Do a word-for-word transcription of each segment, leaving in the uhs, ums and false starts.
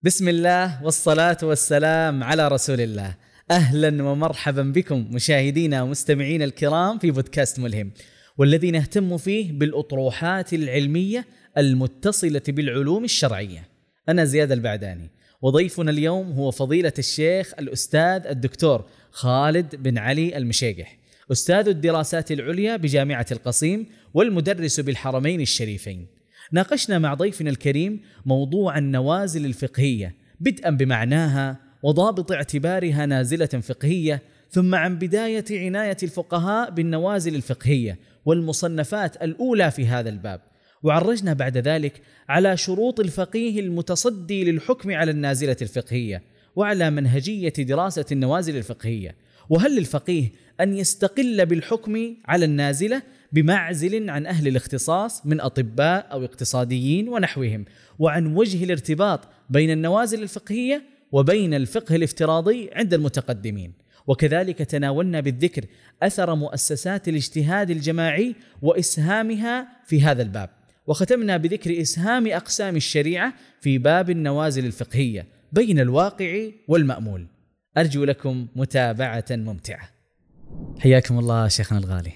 بسم الله والصلاة والسلام على رسول الله. أهلا ومرحبا بكم مشاهدينا ومستمعينا الكرام في بودكاست ملهم، والذي نهتم فيه بالأطروحات العلمية المتصلة بالعلوم الشرعية. أنا زياد البعداني، وضيفنا اليوم هو فضيلة الشيخ الأستاذ الدكتور خالد بن علي المشيقح، أستاذ الدراسات العليا بجامعة القصيم والمدرس بالحرمين الشريفين. ناقشنا مع ضيفنا الكريم موضوع النوازل الفقهية، بدءا بمعناها وضابط اعتبارها نازلة فقهية، ثم عن بداية عناية الفقهاء بالنوازل الفقهية والمصنفات الأولى في هذا الباب، وعرجنا بعد ذلك على شروط الفقيه المتصدي للحكم على النازلة الفقهية، وعلى منهجية دراسة النوازل الفقهية، وهل للفقيه أن يستقل بالحكم على النازلة بمعزل عن أهل الاختصاص من أطباء أو اقتصاديين ونحوهم، وعن وجه الارتباط بين النوازل الفقهية وبين الفقه الافتراضي عند المتقدمين. وكذلك تناولنا بالذكر أثر مؤسسات الاجتهاد الجماعي وإسهامها في هذا الباب، وختمنا بذكر إسهام أقسام الشريعة في باب النوازل الفقهية بين الواقع والمأمول. أرجو لكم متابعة ممتعة. حياكم الله شيخنا الغالي.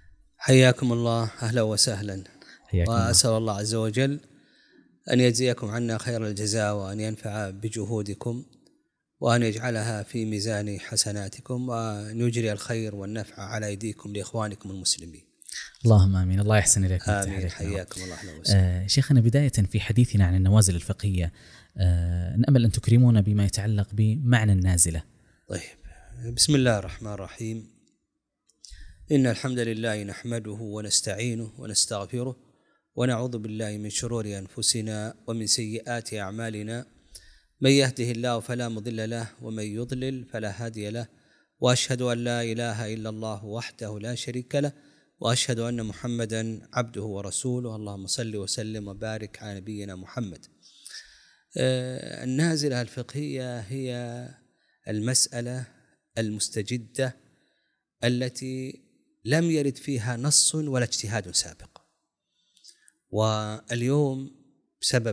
حياكم الله، أهلا وسهلا. وأسأل الله عز وجل أن يجزيكم عنا خير الجزاء، وأن ينفع بجهودكم، وأن يجعلها في ميزان حسناتكم، وأن يجري الخير والنفع على أيديكم لإخوانكم المسلمين. اللهم آمين. الله يحسن إليكم. آمين. حياكم الله. أهلا وسهلا. آه شيخنا، بداية في حديثنا عن النوازل الفقهية، آه نأمل أن تكرمونا بما يتعلق بمعنى النازلة. طيب، بسم الله الرحمن الرحيم. إن الحمد لله نحمده ونستعينه ونستغفره، ونعوذ بالله من شرور أنفسنا ومن سيئات أعمالنا. من يهده الله فلا مضل له، ومن يضلل فلا هادي له، وأشهد أن لا إله إلا الله وحده لا شريك له، وأشهد أن محمدا عبده ورسوله. اللهم صل وسلم وبارك على نبينا محمد. آه النازلة الفقهية هي المسألة المستجدة التي لم يرد فيها نص ولا اجتهاد سابق، واليوم بسبب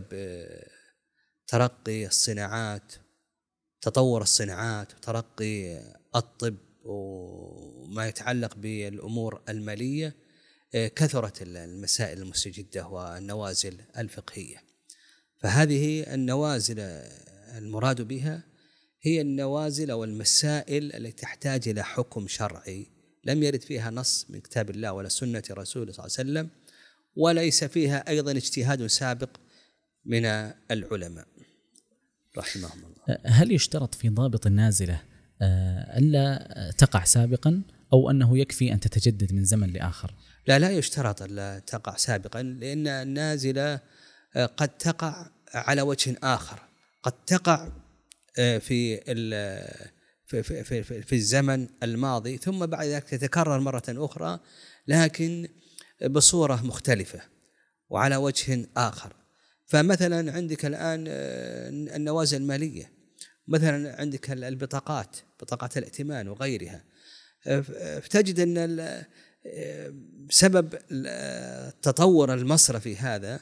ترقي الصناعات، تطور الصناعات وترقي الطب وما يتعلق بالأمور المالية، كثرت المسائل المستجدة والنوازل الفقهية. فهذه النوازل المراد بها هي النوازل والمسائل التي تحتاج إلى حكم شرعي لم يرد فيها نص من كتاب الله ولا سنة رسوله صلى الله عليه وسلم، وليس فيها أيضا اجتهاد سابق من العلماء رحمهم الله. هل يشترط في ضابط النازلة ألا تقع سابقا، أو أنه يكفي أن تتجدد من زمن لآخر؟ لا لا يشترط ألا تقع سابقا، لأن النازلة قد تقع على وجه آخر، قد تقع في في في في في الزمن الماضي، ثم بعد ذلك تتكرر مرة أخرى لكن بصورة مختلفة وعلى وجه آخر. فمثلا عندك الآن النوازل المالية، مثلا عندك البطاقات، بطاقات الائتمان وغيرها، فتجد أن بسبب التطور المصرفي هذا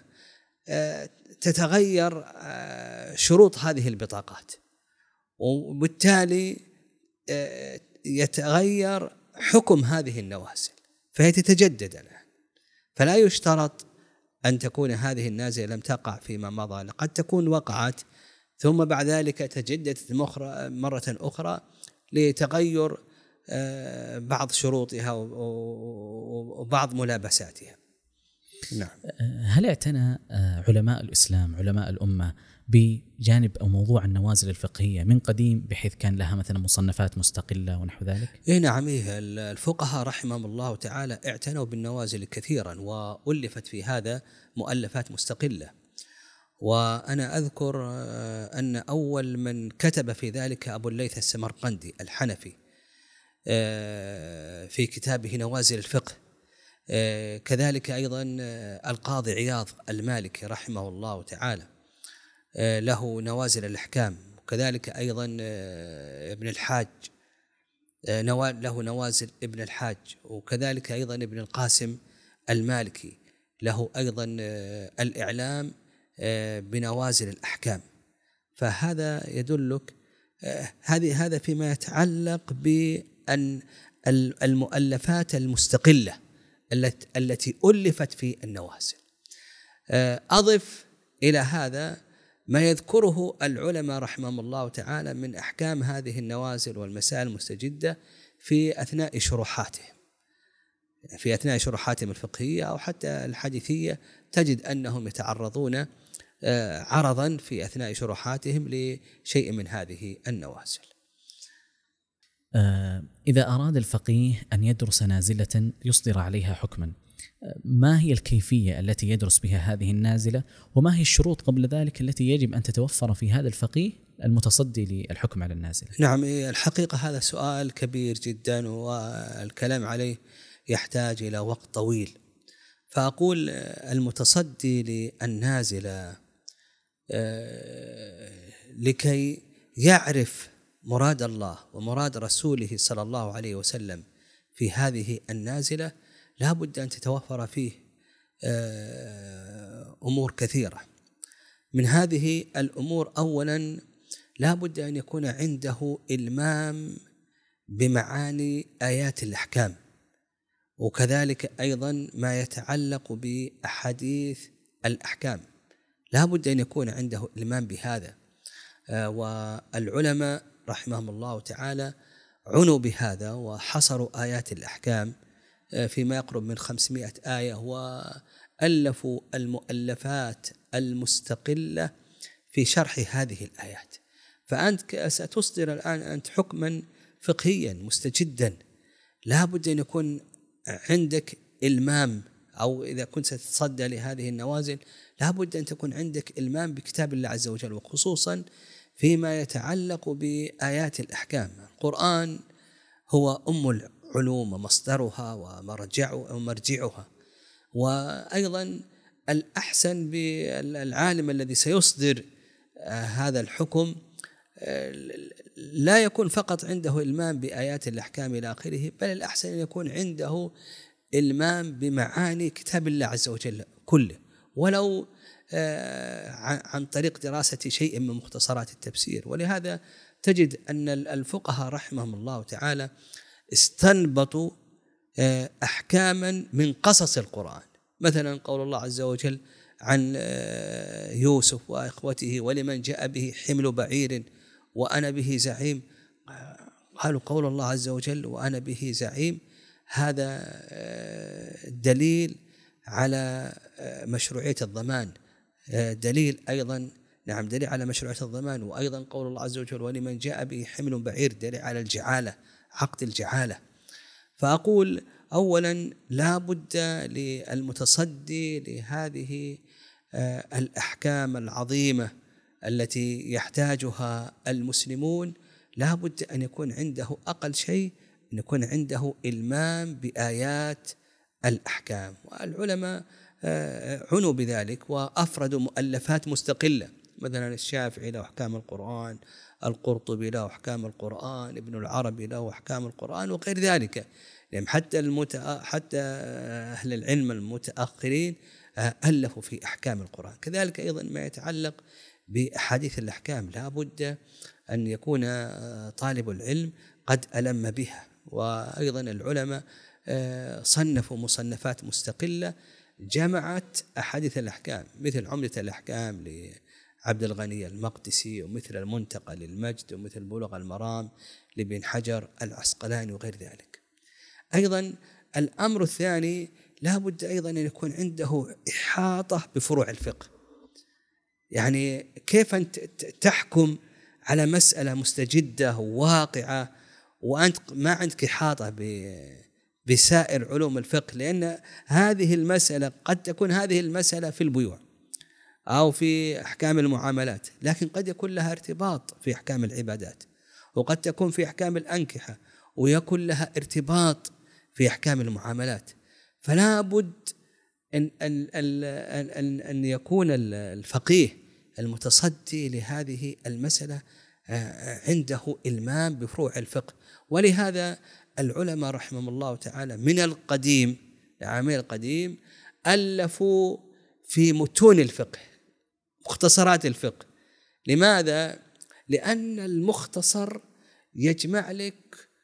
تتغير شروط هذه البطاقات، وبالتالي يتغير حكم هذه النوازل، فهي تتجدد الآن. فلا يشترط أن تكون هذه النازلة لم تقع فيما مضى، قد تكون وقعت ثم بعد ذلك تجددت مرة أخرى لتغير بعض شروطها وبعض ملابساتها. نعم. هل اعتنى علماء الإسلام، علماء الأمة، بجانب أو موضوع النوازل الفقهية من قديم، بحيث كان لها مثلا مصنفات مستقلة ونحو ذلك؟ إيه نعم، إيه الفقهاء رحمهم الله تعالى اعتنوا بالنوازل كثيرا، وألفت في هذا مؤلفات مستقلة. وأنا أذكر أن أول من كتب في ذلك أبو الليث السمرقندي الحنفي في كتابه نوازل الفقه. كذلك أيضا القاضي عياض المالكي رحمه الله تعالى له نوازل الأحكام، وكذلك أيضا ابن الحاج له نوازل ابن الحاج، وكذلك أيضا ابن القاسم المالكي له أيضا الإعلام بنوازل الأحكام. فهذا يدلك هذه هذا فيما يتعلق بأن المؤلفات المستقلة التي ألفت في النوازل. أضف إلى هذا ما يذكره العلماء رحمهم الله تعالى من أحكام هذه النوازل والمسائل المستجدة في أثناء شروحاتهم في أثناء شروحاتهم الفقهية أو حتى الحديثية، تجد أنهم يتعرضون عرضا في أثناء شروحاتهم لشيء من هذه النوازل. إذا أراد الفقيه أن يدرس نازلة يصدر عليها حكما، ما هي الكيفية التي يدرس بها هذه النازلة، وما هي الشروط قبل ذلك التي يجب أن تتوفر في هذا الفقيه المتصدي للحكم على النازلة؟ نعم، الحقيقة هذا سؤال كبير جدا والكلام عليه يحتاج إلى وقت طويل. فأقول المتصدي للنازلة لكي يعرف مراد الله ومراد رسوله صلى الله عليه وسلم في هذه النازلة لا بد أن تتوفر فيه أمور كثيرة. من هذه الأمور أولا لا بد أن يكون عنده إلمام بمعاني آيات الأحكام، وكذلك أيضا ما يتعلق بأحاديث الأحكام لا بد أن يكون عنده إلمام بهذا. والعلماء رحمهم الله تعالى عنوا بهذا وحصروا آيات الأحكام فيما يقرب من خمسمائة آية، وألفوا المؤلفات المستقلة في شرح هذه الآيات. فأنت ستصدر الآن أنت حكما فقهيا مستجدا، لا بد أن يكون عندك إلمام، أو إذا كنت ستتصدى لهذه النوازل لا بد أن تكون عندك إلمام بكتاب الله عز وجل، وخصوصا فيما يتعلق بآيات الأحكام. القرآن هو أم العلوم ومصدرها ومرجعها، وأيضا الأحسن بالعالم الذي سيصدر هذا الحكم لا يكون فقط عنده إلمام بآيات الأحكام إلى آخره، بل الأحسن أن يكون عنده إلمام بمعاني كتاب الله عز وجل كله، ولو عن طريق دراسة شيء من مختصرات التفسير. ولهذا تجد أن الفقهاء رحمهم الله تعالى استنبطوا أحكاما من قصص القرآن، مثلا قول الله عز وجل عن يوسف وإخوته ولمن جاء به حمل بعير وأنا به زعيم. قالوا قول الله عز وجل وأنا به زعيم هذا دليل على مشروعية الضمان، دليل أيضا نعم دليل على مشروعية الضمان. وأيضا قول الله عز وجل ولمن جاء به حمل بعير دليل على الجعالة، عقد الجعالة. فأقول أولا لا بد للمتصدي لهذه الأحكام العظيمة التي يحتاجها المسلمون لا بد أن يكون عنده أقل شيء أن يكون عنده إلمام بآيات الأحكام. والعلماء عنوا بذلك وأفردوا مؤلفات مستقلة، مثلا الشافعي له أحكام القرآن، القرطبي له أحكام القرآن، ابن العربي له أحكام القرآن وغير ذلك. يعني حتى المتأ... حتى أهل العلم المتأخرين ألفوا في أحكام القرآن. كذلك أيضا ما يتعلق بأحاديث الأحكام لا بد أن يكون طالب العلم قد ألم بها. وأيضا العلماء صنفوا مصنفات مستقلة جمعت أحاديث الأحكام، مثل عمدة الأحكام لعبد الغني المقدسي، ومثل المنتقى للمجد، ومثل بلوغ المرام لابن حجر العسقلاني وغير ذلك. أيضا الأمر الثاني لا بد أيضا أن يكون عنده إحاطة بفروع الفقه. يعني كيف أنت تحكم على مسألة مستجدة وواقعة وأنت ما عندك إحاطة بسائر علوم الفقه؟ لأن هذه المسألة قد تكون هذه المسألة في البيوع أو في أحكام المعاملات، لكن قد يكون لها ارتباط في أحكام العبادات، وقد تكون في أحكام الأنكحة ويكون لها ارتباط في أحكام المعاملات. فلا بد أن, أن, أن, أن يكون الفقيه المتصدي لهذه المسألة عنده إلمام بفروع الفقه. ولهذا العلماء رحمهم الله تعالى من القديم العامل القديم ألفوا في متون الفقه، مختصرات الفقه، لماذا؟ لأن المختصر يجمع لك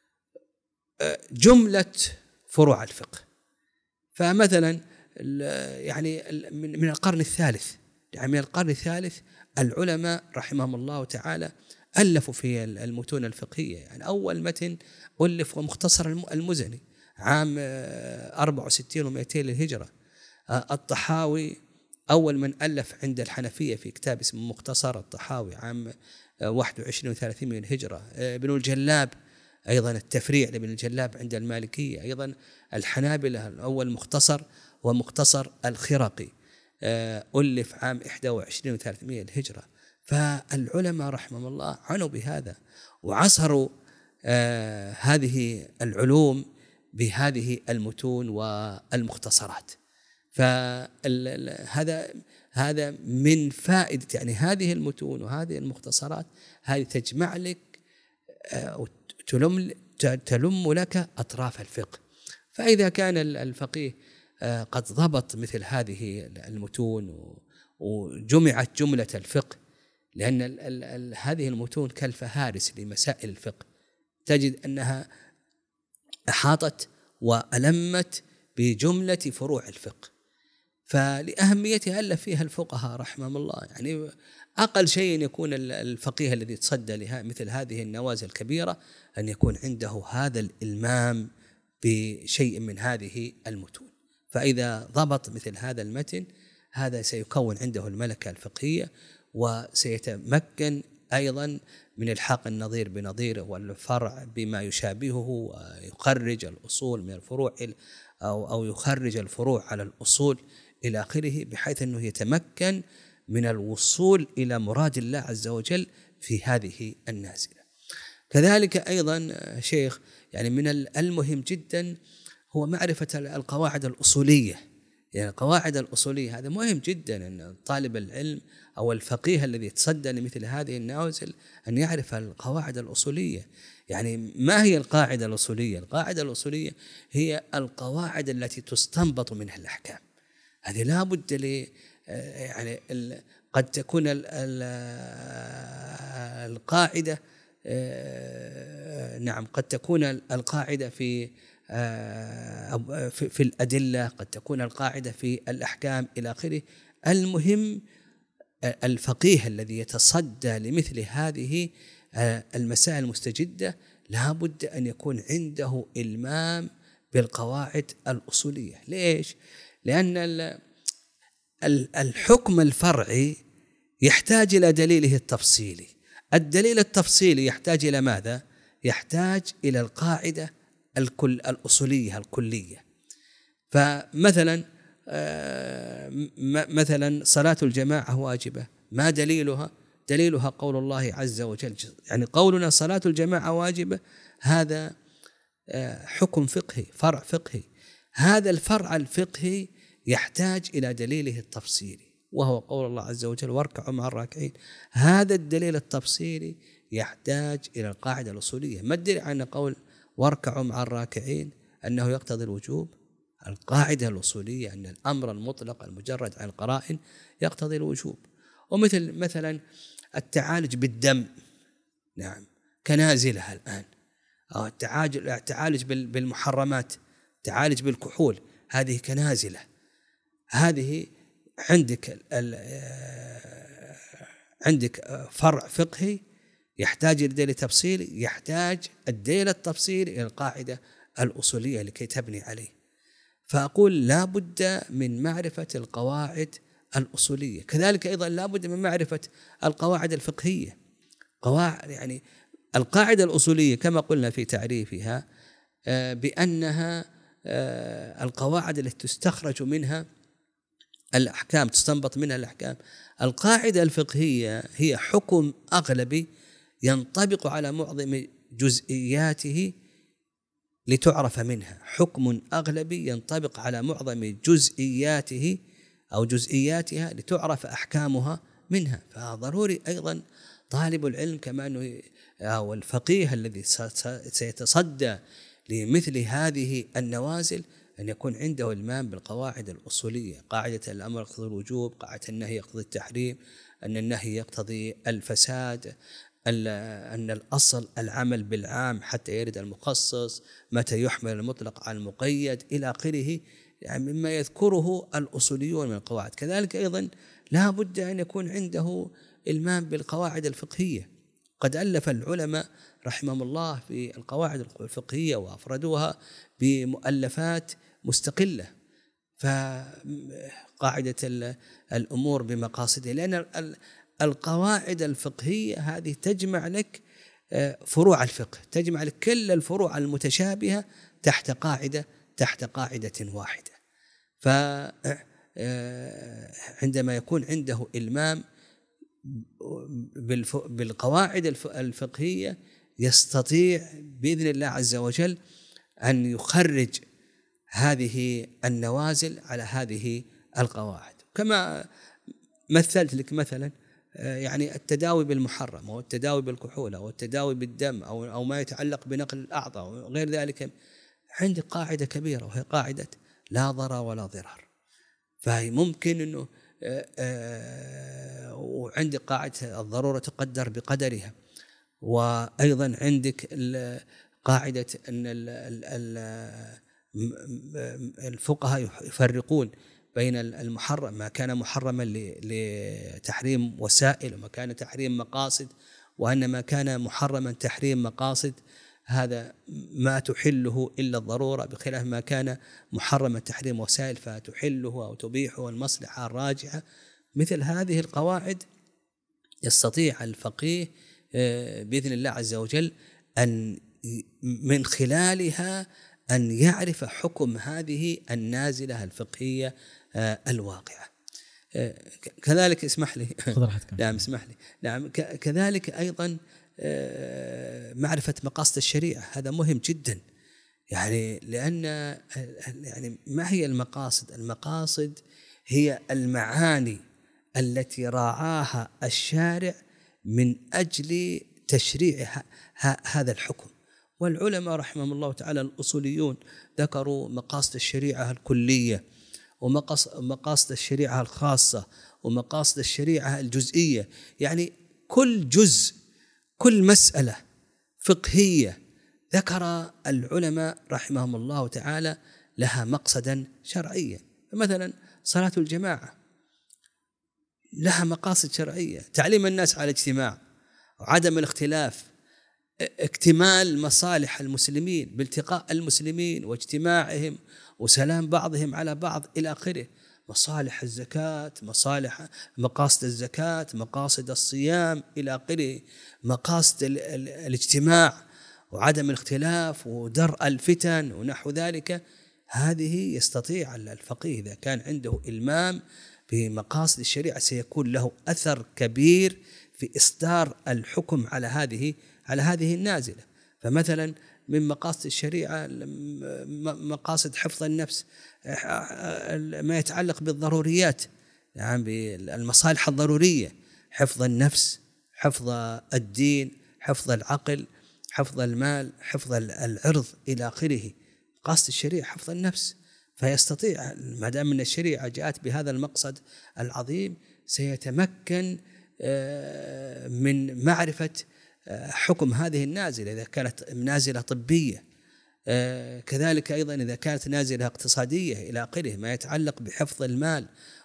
جملة فروع الفقه. فمثلا يعني من القرن الثالث يعني من القرن الثالث العلماء رحمهم الله تعالى ألفوا في المتون الفقهية. يعني أول متن ألف ومختصر المزني عام أربعة وستين ومئتين للهجرة. الطحاوي أول من ألف عند الحنفية في كتاب اسمه مختصر الطحاوي عام واحد وعشرين وثلاثين للهجرة. ابن الجلاب أيضا التفريع لابن الجلاب عند المالكية. أيضا الحنابلة الأول مختصر ومختصر الخرقي ألف عام واحد وعشرين وثلاثمائة للهجرة. فالعلماء رحمهم الله عنوا بهذا وعصروا آه هذه العلوم بهذه المتون والمختصرات. فهذا هذا من فائدة يعني هذه المتون وهذه المختصرات، هذه تجمع لك آه تلم, تلم لك أطراف الفقه. فإذا كان الفقيه آه قد ضبط مثل هذه المتون وجمعت جملة الفقه، لأن ال ال ال هذه المتون كالفهارس لمسائل الفقه، تجد أنها أحاطت وألمت بجملة فروع الفقه. فلأهميتها ألف فيها الفقهاء رحمهم الله. يعني أقل شيء يكون الفقيه الذي تصدى لها مثل هذه النوازل الكبيرة أن يكون عنده هذا الإلمام بشيء من هذه المتون. فإذا ضبط مثل هذا المتن، هذا سيكون عنده الملكة الفقهية، وسيتمكن أيضا من الحاق النظير بنظيره والفرع بما يشابهه، ويخرج الأصول من الفروع أو أو يخرج الفروع على الأصول إلى آخره، بحيث أنه يتمكن من الوصول إلى مراد الله عز وجل في هذه النازلة. كذلك أيضا شيخ يعني من المهم جدا هو معرفة القواعد الأصولية. يعني القواعد الأصولية هذا مهم جدا أن طالب العلم أو الفقيه الذي يتصدى لمثل هذه النوازل أن يعرف القواعد الأصولية. يعني ما هي القاعدة الأصولية؟ القاعدة الأصولية هي القواعد التي تستنبط منها الأحكام. هذه لا بد ل يعني قد تكون القاعدة نعم قد تكون القاعدة في في الأدلة، قد تكون القاعدة في الأحكام إلى آخره. المهم الفقيه الذي يتصدى لمثل هذه المسائل المستجدة لا بد أن يكون عنده إلمام بالقواعد الأصولية. ليش؟ لأن الحكم الفرعي يحتاج إلى دليله التفصيلي. الدليل التفصيلي يحتاج إلى ماذا؟ يحتاج إلى القاعدة الكل الأصولية الكلية. فمثلا مثلا صلاة الجماعة واجبة، ما دليلها؟ دليلها قول الله عز وجل. يعني قولنا صلاة الجماعة واجبة هذا حكم فقهي، فرع فقهي. هذا الفرع الفقهي يحتاج إلى دليله التفصيلي، وهو قول الله عز وجل واركعوا مع الراكعين. هذا الدليل التفصيلي يحتاج إلى القاعدة الأصولية. ما الدليل عن قول واركعوا مع الراكعين أنه يقتضي الوجوب؟ القاعدة الأصولية أن الأمر المطلق المجرد عن القرائن يقتضي الوجوب. ومثل مثلا التعالج بالدم، نعم كنازلها الآن، أو التعالج بالمحرمات، تعالج بالكحول، هذه كنازلة. هذه عندك عندك فرع فقهي يحتاج إلى دليل تفصيلي، يحتاج الدليل التفصيلي إلى القاعدة الأصولية لكي تبني عليه. فأقول لا بد من معرفة القواعد الأصولية. كذلك أيضا لا بد من معرفة القواعد الفقهية. قواعد يعني القاعدة الأصولية كما قلنا في تعريفها بأنها القواعد التي تستخرج منها الأحكام، تستنبط منها الأحكام. القاعدة الفقهية هي حكم أغلبي ينطبق على معظم جزئياته لتعرف منها، حكم أغلبي ينطبق على معظم جزئياته أو جزئياتها لتعرف أحكامها منها. فضروري أيضا طالب العلم كما أنه أو الفقيه الذي سيتصدى لمثل هذه النوازل أن يكون عنده إلمام بالقواعد الأصولية. قاعدة الأمر يقتضي الوجوب، قاعدة النهي يقتضي التحريم، أن النهي يقتضي الفساد، أن الأصل العمل بالعام حتى يرد المخصص، متى يحمل المطلق على المقيد إلى آخره، يعني مما يذكره الأصوليون من القواعد. كذلك أيضا لا بد أن يكون عنده إلمام بالقواعد الفقهية. قد ألف العلماء رحمهم الله في القواعد الفقهية وأفردوها بمؤلفات مستقلة، فقاعدة الأمور بمقاصدها، لأن القواعد الفقهية هذه تجمع لك فروع الفقه، تجمع لك كل الفروع المتشابهة تحت قاعدة تحت قاعدة واحدة. فعندما يكون عنده إلمام بالقواعد الفقهية يستطيع بإذن الله عز وجل أن يخرج هذه النوازل على هذه القواعد. كما مثلت لك مثلا يعني التداوي بالمحرم أو التداوي بالكحول أو التداوي بالدم أو أو ما يتعلق بنقل الأعضاء وغير ذلك، عندك قاعدة كبيرة وهي قاعدة لا ضرر ولا ضرار، فهي ممكن أنه وعندك قاعدة الضرورة تقدر بقدرها، وأيضا عندك قاعدة أن الفقهاء يفرقون بين المحرم ما كان محرما لتحريم وسائل وما كان تحريم مقاصد، وأن ما كان محرما تحريم مقاصد هذا ما تحله إلا الضرورة، بخلاف ما كان محرما تحريم وسائل فتحله أو تبيحه المصلحة الراجحة. مثل هذه القواعد يستطيع الفقيه بإذن الله عز وجل أن من خلالها أن يعرف حكم هذه النازلة الفقهية الواقعة. كذلك اسمح لي نعم اسمح لي نعم كذلك أيضا معرفة مقاصد الشريعة، هذا مهم جدا، يعني لأن يعني ما هي المقاصد؟ المقاصد هي المعاني التي راعاها الشارع من أجل تشريع هذا الحكم. والعلماء رحمهم الله تعالى الأصوليون ذكروا مقاصد الشريعة الكلية ومقاصد الشريعة الخاصة ومقاصد الشريعة الجزئية، يعني كل جزء كل مسألة فقهية ذكر العلماء رحمهم الله تعالى لها مقصدا شرعيا. مثلا صلاة الجماعة لها مقاصد شرعية، تعليم الناس على الاجتماع وعدم الاختلاف، اكتمال مصالح المسلمين بالتقاء المسلمين واجتماعهم وسلام بعضهم على بعض إلى آخره. مصالح الزكاة، مصالح مقاصد الزكاة، مقاصد الصيام إلى آخره، مقاصد الاجتماع وعدم الاختلاف ودرء الفتن ونحو ذلك. هذه يستطيع الفقيه إذا كان عنده إلمام بمقاصد الشريعة سيكون له أثر كبير في إصدار الحكم على هذه على هذه النازلة. فمثلا من مقاصد الشريعة مقاصد حفظ النفس، ما يتعلق بالضروريات، يعني بالمصالح الضرورية، حفظ النفس، حفظ الدين، حفظ العقل، حفظ المال، حفظ العرض إلى آخره. مقاصد الشريعة حفظ النفس، فيستطيع ما دام من الشريعة جاءت بهذا المقصد العظيم سيتمكن من معرفة حكم هذه النازلة إذا كانت نازلة طبية، كذلك أيضا إذا كانت نازلة اقتصادية إلى آخره، ما يتعلق بحفظ المال.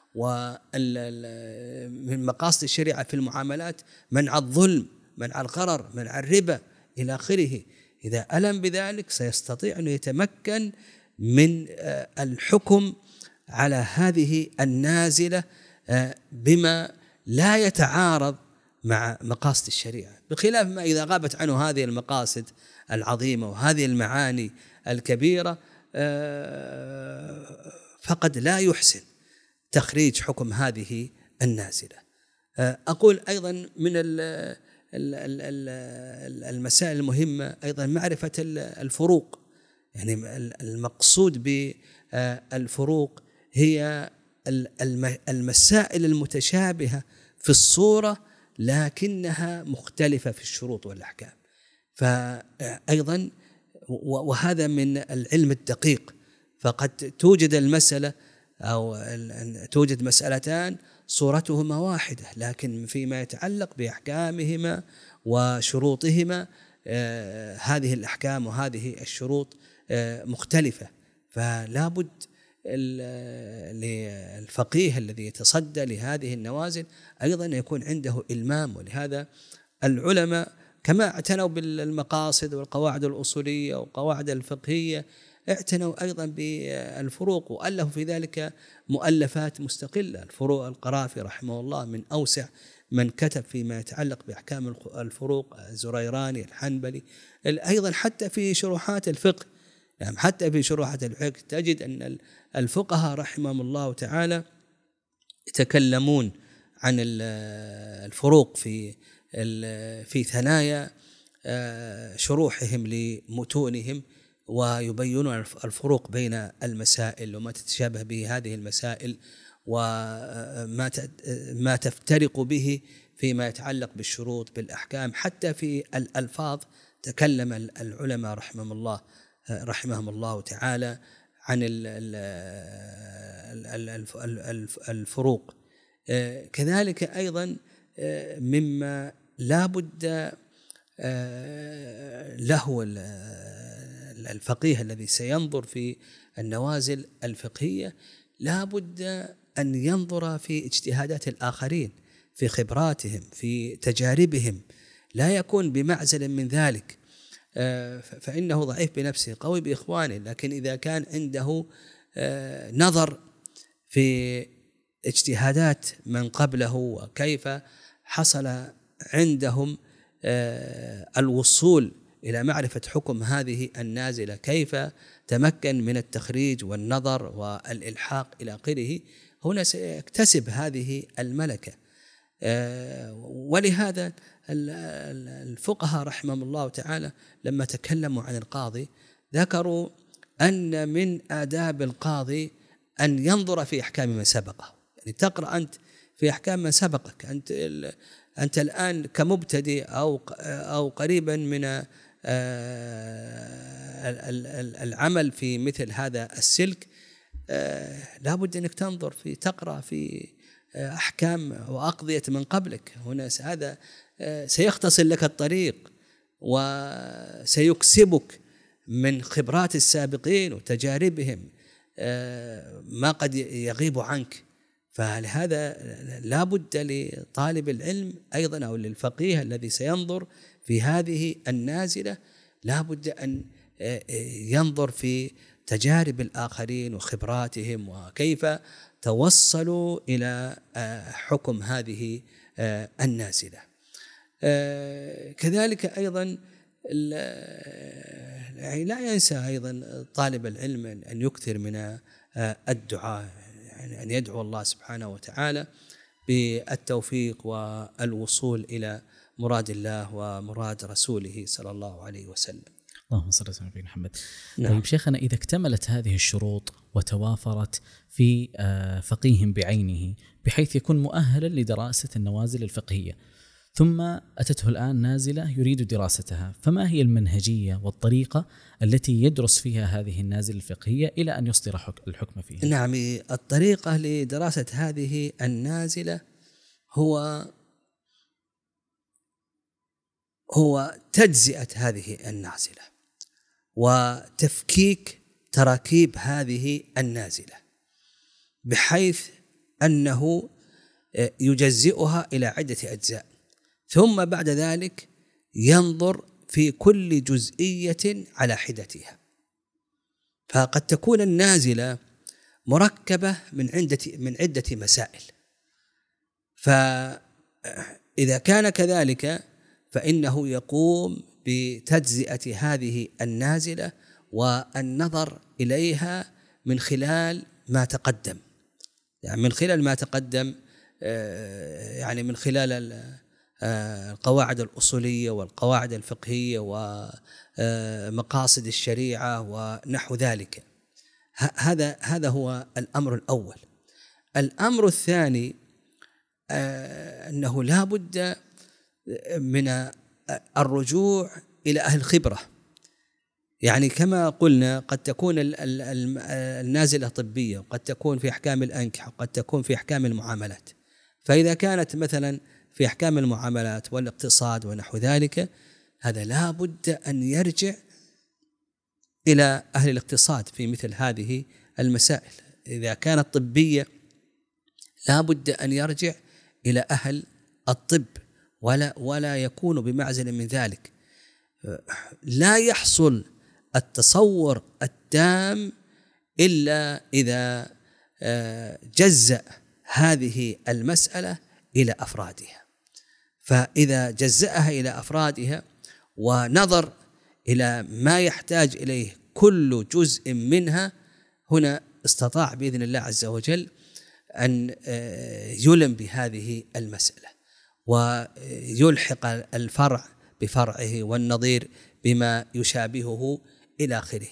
ومن مقاصد الشريعة في المعاملات منع الظلم، منع الغرر، منع الربا إلى آخره. إذا ألم بذلك سيستطيع أن يتمكن من الحكم على هذه النازلة بما لا يتعارض مع مقاصد الشريعة، بخلاف ما إذا غابت عنه هذه المقاصد العظيمة وهذه المعاني الكبيرة فقد لا يحسن تخريج حكم هذه النازلة. أقول أيضا من المسائل المهمة أيضا معرفة الفروق، يعني المقصود بالفروق هي المسائل المتشابهة في الصورة لكنها مختلفة في الشروط والأحكام. فأيضا وهذا من العلم الدقيق، فقد توجد المسألة أو توجد مسألتان صورتهما واحدة، لكن فيما يتعلق بأحكامهما وشروطهما آه هذه الأحكام وهذه الشروط آه مختلفة. فلا بد للفقيه الذي يتصدى لهذه النوازل أيضا يكون عنده إلمام. ولهذا العلماء كما اعتنوا بالمقاصد والقواعد الأصولية والقواعد الفقهية اعتنوا أيضا بالفروق، وألفوا في ذلك مؤلفات مستقلة. الفروق القرافي رحمه الله من أوسع من كتب فيما يتعلق بأحكام الفروق، الزريراني، الحنبلي، أيضا حتى في شروحات الفقه، يعني حتى في شروحات الفقه تجد أن الفقهاء رحمهم الله تعالى يتكلمون عن الفروق في في ثنايا شروحهم لمتونهم، ويبينون الفروق بين المسائل وما تتشابه به هذه المسائل وما ما تفترق به فيما يتعلق بالشروط بالأحكام. حتى في الألفاظ تكلم العلماء رحمهم الله رحمهم الله تعالى عن الفروق. كذلك أيضا مما لا بد له الفقيه الذي سينظر في النوازل الفقهية لا بد أن ينظر في اجتهادات الآخرين، في خبراتهم، في تجاربهم، لا يكون بمعزل من ذلك، فإنه ضعيف بنفسه قوي بإخوانه. لكن إذا كان عنده نظر في اجتهادات من قبله وكيف حصل عندهم الوصول إلى معرفة حكم هذه النازلة، كيف تمكن من التخريج والنظر والإلحاق إلى آخره، هنا سيكتسب هذه الملكة. ولهذا الفقهاء رحمهم الله تعالى لما تكلموا عن القاضي ذكروا أن من آداب القاضي أن ينظر في أحكام من سبقه. يعني تقرأ أنت في أحكام من سبقك، أنت أنت الآن كمبتدئ أو أو قريبا من العمل في مثل هذا السلك، لا بد أنك تنظر في تقرأ في أحكام وأقضية من قبلك. هنا هذا سيختصر لك الطريق وسيكسبك من خبرات السابقين وتجاربهم ما قد يغيب عنك. فلهذا لا بد لطالب العلم أيضا أو للفقيه الذي سينظر في هذه النازلة لا بد أن ينظر في تجارب الآخرين وخبراتهم وكيف توصلوا إلى حكم هذه النازلة. كذلك أيضا لا ينسى أيضا طالب العلم أن يكثر من الدعاء، يعني أن يدعو الله سبحانه وتعالى بالتوفيق والوصول إلى مراد الله ومراد رسوله صلى الله عليه وسلم. اللهم صل على سيدنا محمد. نعم. طيب شيخنا، إذا اكتملت هذه الشروط وتوافرت في فقيه بعينه بحيث يكون مؤهلا لدراسة النوازل الفقهية، ثم أتته الآن نازلة يريد دراستها، فما هي المنهجية والطريقة التي يدرس فيها هذه النازلة الفقهية إلى أن يصدر الحكم فيها؟ نعم، الطريقة لدراسة هذه النازلة هو هو تجزئة هذه النازلة وتفكيك تراكيب هذه النازلة بحيث أنه يجزئها إلى عدة أجزاء، ثم بعد ذلك ينظر في كل جزئية على حدتها. فقد تكون النازلة مركبة من عدة من عدة مسائل، فإذا كان كذلك فإنه يقوم بتجزئة هذه النازلة والنظر إليها من خلال ما تقدم، يعني من خلال ما تقدم يعني من خلال القواعد الأصولية والقواعد الفقهية ومقاصد الشريعة ونحو ذلك. هذا هذا هو الأمر الأول. الأمر الثاني أنه لا بد من الرجوع إلى أهل الخبرة، يعني كما قلنا قد تكون النازلة طبية، وقد تكون في أحكام الأنكحة، وقد تكون في أحكام المعاملات. فإذا كانت مثلا في أحكام المعاملات والاقتصاد ونحو ذلك، هذا لا بد أن يرجع إلى أهل الاقتصاد في مثل هذه المسائل. إذا كانت طبية لا بد أن يرجع إلى أهل الطب، ولا ولا يكون بمعزل من ذلك. لا يحصل التصور التام إلا إذا جزأ هذه المسألة إلى أفرادها. فإذا جزأها إلى أفرادها ونظر إلى ما يحتاج إليه كل جزء منها، هنا استطاع بإذن الله عز وجل أن يلم بهذه المسألة ويلحق الفرع بفرعه والنظير بما يشابهه إلى آخره.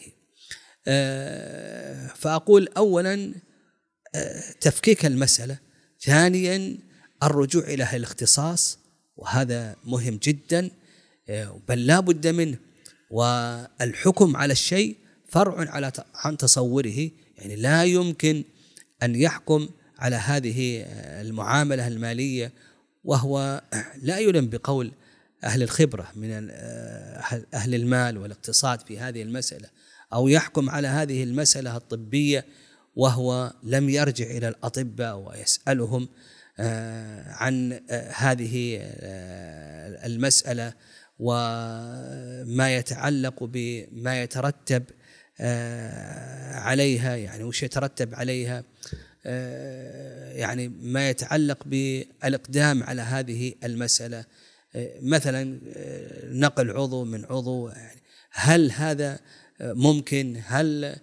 فأقول أولا تفكيك المسألة، ثانيا الرجوع إلى الاختصاص، وهذا مهم جدا بل لا بد منه. والحكم على الشيء فرع على عن تصوره، يعني لا يمكن أن يحكم على هذه المعاملة المالية وهو لا يلم بقول أهل الخبرة من أهل المال والاقتصاد في هذه المسألة، أو يحكم على هذه المسألة الطبية وهو لم يرجع إلى الأطباء ويسألهم عن هذه المسألة وما يتعلق بما يترتب عليها، يعني وش يترتب عليها، يعني ما يتعلق بالإقدام على هذه المسألة، مثلا نقل عضو من عضو، يعني هل هذا ممكن؟ هل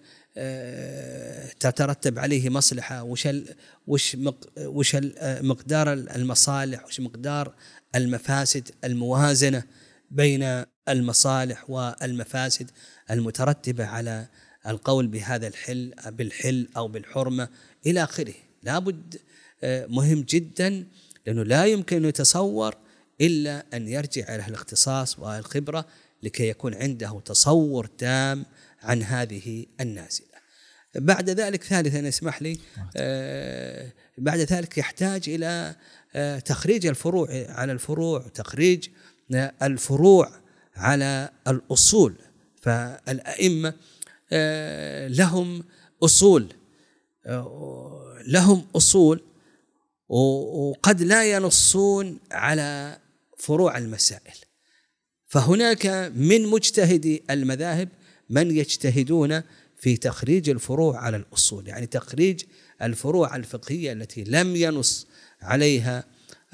تترتب عليه مصلحة؟ وش وش وش مقدار المصالح، وش مقدار المفاسد، الموازنة بين المصالح والمفاسد المترتبة على القول بهذا الحل بالحل أو بالحرمة إلى آخره. لابد مهم جدا، لأنه لا يمكن أن يتصور إلا أن يرجع إلى الاختصاص والخبرة لكي يكون عنده تصور تام عن هذه النازلة. بعد ذلك ثالثا اسمح لي، آه بعد ذلك يحتاج إلى آه تخريج الفروع على الفروع، تخريج آه الفروع على الأصول. فالأئمة آه لهم أصول آه لهم أصول وقد لا ينصون على فروع المسائل. فهناك من مجتهدي المذاهب من يجتهدون في تخريج الفروع على الأصول، يعني تخريج الفروع الفقهية التي لم ينص عليها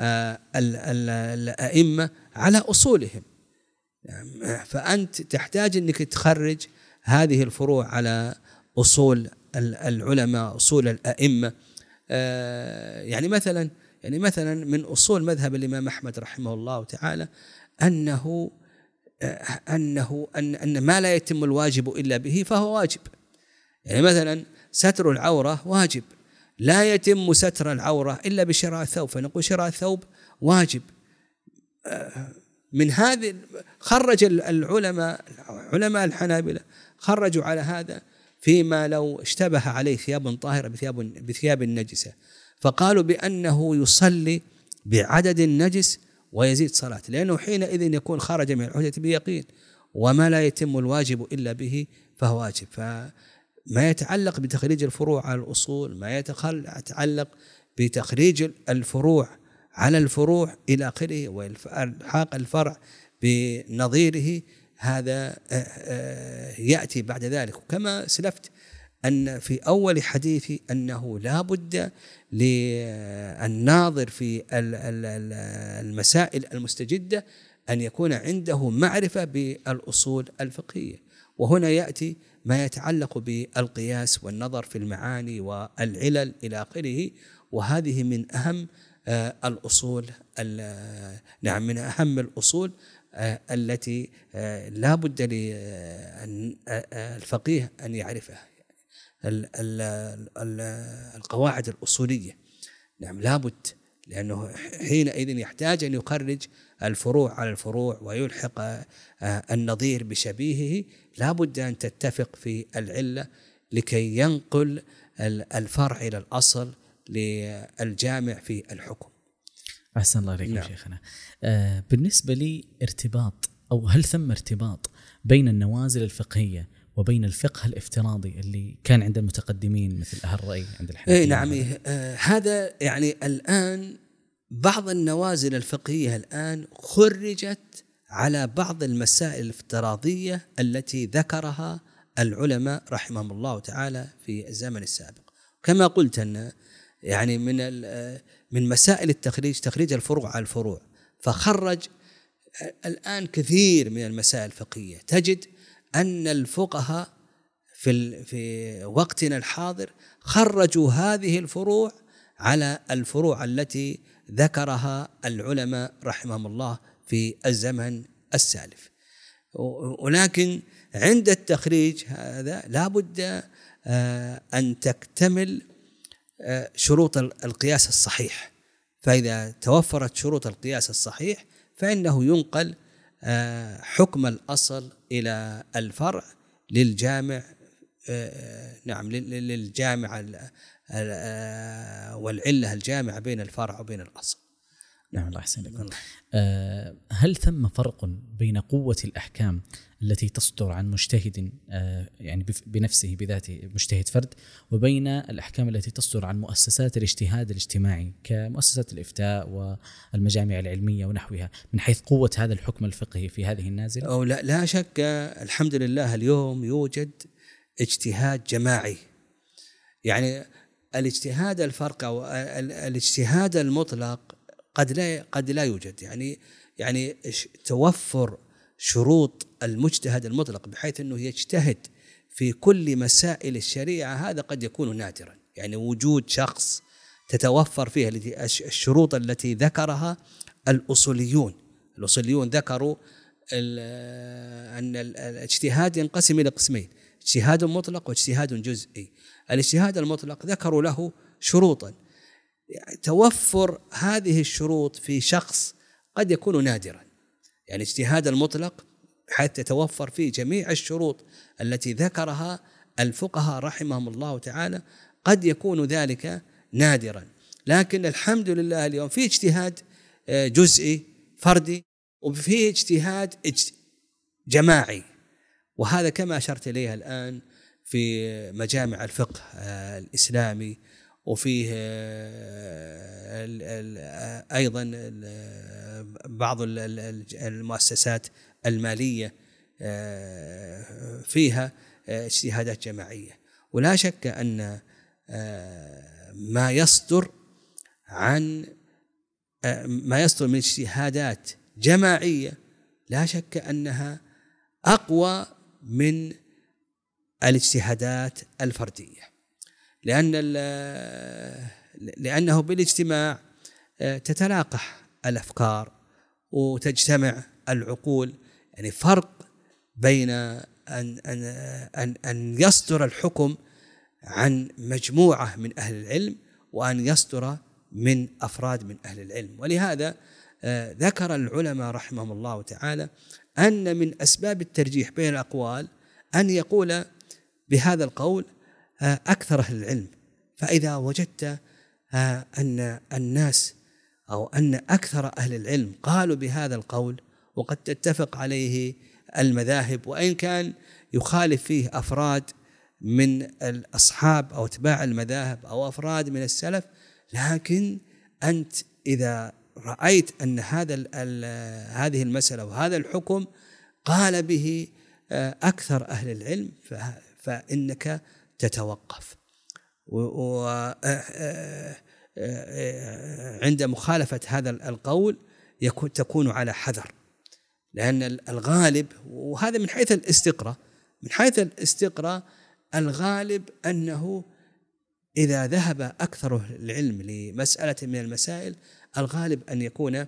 الأئمة على أصولهم. فأنت تحتاج أنك تخرج هذه الفروع على أصول العلماء، أصول الأئمة. يعني مثلا يعني مثلا من أصول مذهب الإمام أحمد رحمه الله تعالى أنه أنه أن أن ما لا يتم الواجب إلا به فهو واجب. يعني مثلا ستر العورة واجب، لا يتم ستر العورة إلا بشراء الثوب، فنقول شراء الثوب واجب. من هذه خرج العلماء علماء الحنابلة خرجوا على هذا فيما لو اشتبه عليه ثياب طاهرة بثياب بثياب النجسة، فقالوا بأنه يصلي بعدد النجس ويزيد صلاة، لأنه حينئذ يكون خرج من الحجة بيقين، وما لا يتم الواجب إلا به فهو واجب. فما يتعلق بتخريج الفروع على الأصول، ما يتعلق بتخريج الفروع على الفروع إلى آخره، والحاق الفرع بنظيره، هذا يأتي بعد ذلك. وكما سلفت أن في أول حديثي أنه لا بد للناظر في المسائل المستجدة أن يكون عنده معرفة بالأصول الفقهية. وهنا يأتي ما يتعلق بالقياس والنظر في المعاني والعلل إلى آخره، وهذه من أهم الأصول، نعم من أهم الأصول التي لا بد للفقيه أن يعرفها. القواعد الأصولية نعم لابد، لأنه حينئذ يحتاج أن يخرج الفروع على الفروع ويلحق النظير بشبيهه. لابد أن تتفق في العلة لكي ينقل الفرع إلى الأصل للجامع في الحكم. أحسن الله عليكم نعم. شيخنا. آه بالنسبة لي ارتباط أو هل ثم ارتباط بين النوازل الفقهية وبين الفقه الافتراضي اللي كان عند المتقدمين مثل أهل الرأي عند الحنفية؟ إيه نعم. آه هذا يعني الآن بعض النوازل الفقهية الآن خرجت على بعض المسائل الافتراضية التي ذكرها العلماء رحمهم الله تعالى في الزمن السابق. كما قلت أن يعني من من مسائل التخريج تخريج الفروع على الفروع، فخرج الآن كثير من المسائل الفقهية. تجد أن الفقهاء في في وقتنا الحاضر خرجوا هذه الفروع على الفروع التي ذكرها العلماء رحمهم الله في الزمن السالف. ولكن عند التخريج هذا لا بد أن تكتمل شروط القياس الصحيح، فإذا توفرت شروط القياس الصحيح فإنه ينقل حكم الأصل إلى الفرع للجامع، نعم للجامع والعلة الجامعة بين الفرع وبين الأصل. نعم الله يحسن لكم. أه هل ثم فرق بين قوة الأحكام التي تصدر عن مجتهد أه يعني بنفسه بذاته مجتهد فرد، وبين الأحكام التي تصدر عن مؤسسات الاجتهاد الاجتماعي كمؤسسات الإفتاء والمجامع العلمية ونحوها من حيث قوة هذا الحكم الفقهي في هذه النازلة؟ أو لا, لا شك الحمد لله اليوم يوجد اجتهاد جماعي. يعني الاجتهاد الفرق أو الاجتهاد المطلق قد لا قد لا يوجد. يعني يعني توفر شروط المجتهد المطلق بحيث أنه يجتهد في كل مسائل الشريعة هذا قد يكون نادرا. يعني وجود شخص تتوفر فيه الشروط التي ذكرها الأصوليون. الأصوليون ذكروا أن الاجتهاد ينقسم إلى قسمين: اجتهاد مطلق واجتهاد جزئي. الاجتهاد المطلق ذكروا له شروطا، يعني توفر هذه الشروط في شخص قد يكون نادرا. يعني اجتهاد المطلق حيث تتوفر فيه جميع الشروط التي ذكرها الفقهاء رحمهم الله تعالى قد يكون ذلك نادرا. لكن الحمد لله اليوم في اجتهاد جزئي فردي وفيه اجتهاد جماعي، وهذا كما أشرت إليه الآن في مجامع الفقه الإسلامي، وفيه أيضا بعض المؤسسات المالية فيها اجتهادات جماعية. ولا شك أن ما يصدر عن ما يصدر من اجتهادات جماعية لا شك أنها أقوى من الاجتهادات الفردية، لأن لأنه بالاجتماع تتلاقح الأفكار وتجتمع العقول. يعني فرق بين أن أن أن أن يصدر الحكم عن مجموعة من أهل العلم وأن يصدر من أفراد من أهل العلم. ولهذا ذكر العلماء رحمهم الله تعالى أن من أسباب الترجيح بين الأقوال أن يقول بهذا القول أكثر أهل العلم. فإذا وجدت أن الناس أو أن أكثر أهل العلم قالوا بهذا القول وقد تتفق عليه المذاهب، وإن كان يخالف فيه أفراد من الأصحاب أو اتباع المذاهب أو أفراد من السلف، لكن أنت إذا رأيت أن هذا هذه المسألة وهذا الحكم قال به أكثر أهل العلم فإنك تتوقف. وعند مخالفة هذا القول يكون تكون على حذر، لأن الغالب، وهذا من حيث الاستقراء من حيث الاستقراء الغالب أنه إذا ذهب أكثر العلم لمسألة من المسائل الغالب أن يكون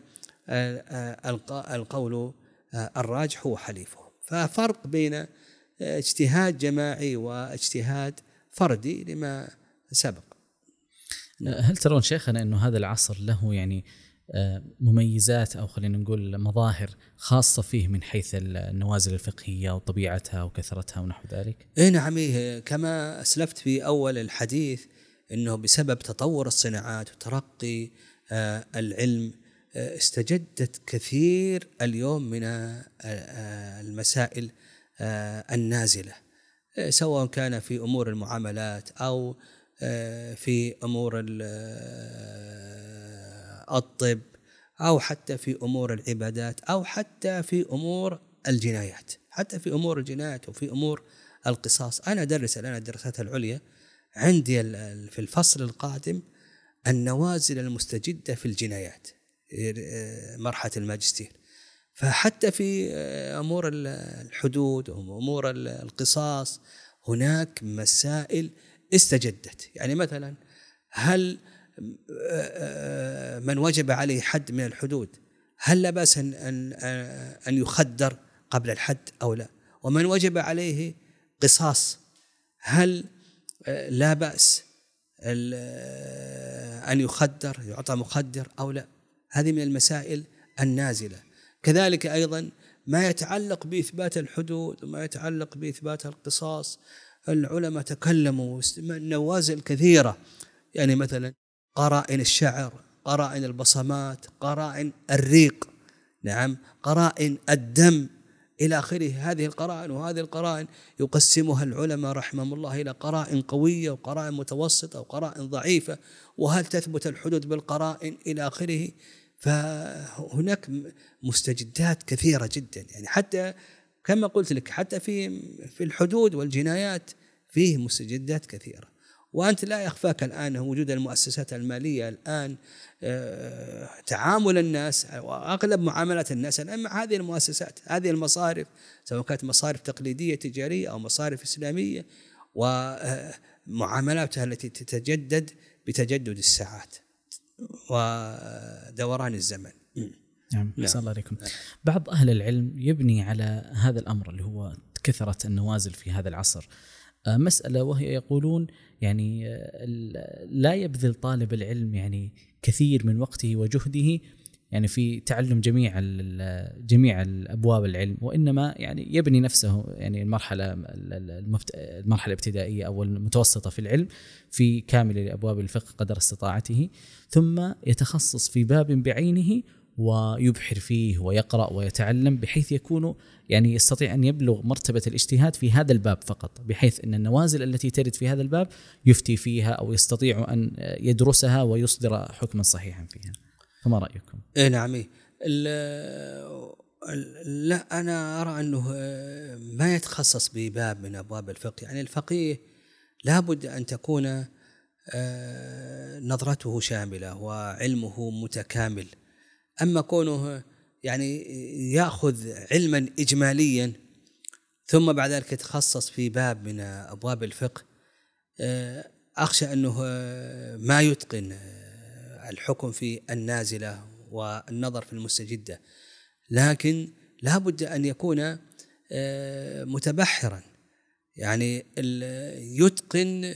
القول الراجح هو حليفه. ففرق بين اجتهاد جماعي واجتهاد فردي لما سبق. هل ترون شيخنا أنه هذا العصر له يعني مميزات أو خلينا نقول مظاهر خاصة فيه من حيث النوازل الفقهية وطبيعتها وكثرتها ونحو ذلك؟ إيه نعم. كما أسلفت في أول الحديث أنه بسبب تطور الصناعات وترقي العلم استجدت كثير اليوم من المسائل النازلة، سواء كان في أمور المعاملات أو في أمور الطب أو حتى في أمور العبادات أو حتى في أمور الجنايات، حتى في أمور الجنايات وفي أمور القصاص. أنا أدرس الآن الدراسات العليا، عندي في الفصل القادم النوازل المستجدة في الجنايات، مرحلة الماجستير. فحتى في أمور الحدود وأمور القصاص هناك مسائل استجدت. يعني مثلا هل من وجب عليه حد من الحدود هل لا بأس أن, أن, أن يخدر قبل الحد أو لا؟ ومن وجب عليه قصاص هل لا بأس أن يخدر، يعطى مخدر أو لا؟ هذه من المسائل النازلة. كذلك أيضا ما يتعلق بإثبات الحدود وما يتعلق بإثبات القصاص، العلماء تكلموا نوازل كثيرة، يعني مثلا قرائن الشعر، قرائن البصمات، قرائن الريق، نعم، قرائن الدم إلى آخره. هذه القرائن وهذه القرائن يقسمها العلماء رحمهم الله إلى قرائن قوية وقرائن متوسطة وقرائن ضعيفة، وهل تثبت الحدود بالقرائن إلى آخره. فهناك مستجدات كثيرة جدا، يعني حتى كما قلت لك حتى في في الحدود والجنايات فيه مستجدات كثيرة. وأنت لا يخفاك الآن وجود المؤسسات المالية الآن، تعامل الناس وأغلب معاملات الناس الآن مع هذه المؤسسات، هذه المصارف، سواء كانت مصارف تقليدية تجارية أو مصارف إسلامية، ومعاملاتها التي تتجدد بتجدد الساعات ودوران الزمن. نعم، أحسن الله عليكم. بعض أهل العلم يبني على هذا الأمر اللي هو كثرة النوازل في هذا العصر مسألة، وهي يقولون يعني لا يبذل طالب العلم يعني كثير من وقته وجهده يعني في تعلم جميع جميع الأبواب العلم، وإنما يعني يبني نفسه يعني المرحلة المرحلة الابتدائية أو المتوسطة في العلم في كامل أبواب الفقه قدر استطاعته، ثم يتخصص في باب بعينه ويبحر فيه ويقرأ ويتعلم، بحيث يكون يعني يستطيع أن يبلغ مرتبة الاجتهاد في هذا الباب فقط، بحيث أن النوازل التي ترد في هذا الباب يفتي فيها أو يستطيع أن يدرسها ويصدر حكما صحيحا فيها. فما رأيكم؟ إيه نعم. لا، أنا أرى أنه ما يتخصص بباب من أبواب الفقه. يعني الفقيه لابد أن تكون نظرته شاملة وعلمه متكامل. أما كونه يعني يأخذ علما إجماليا ثم بعد ذلك يتخصص في باب من أبواب الفقه، أخشى أنه ما يتقن الحكم في النازلة والنظر في المستجدة، لكن لا بد أن يكون متبحرا، يعني يتقن